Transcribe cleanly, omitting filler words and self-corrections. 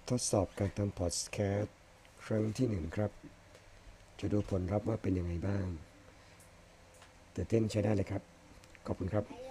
ทดสอบการทำพอดแคสต์ครั้งที่1ครับจะดูผลลัพธ์ว่าเป็นยังไงบ้างตื่นเต้นใช้ได้เลยครับขอบคุณครับ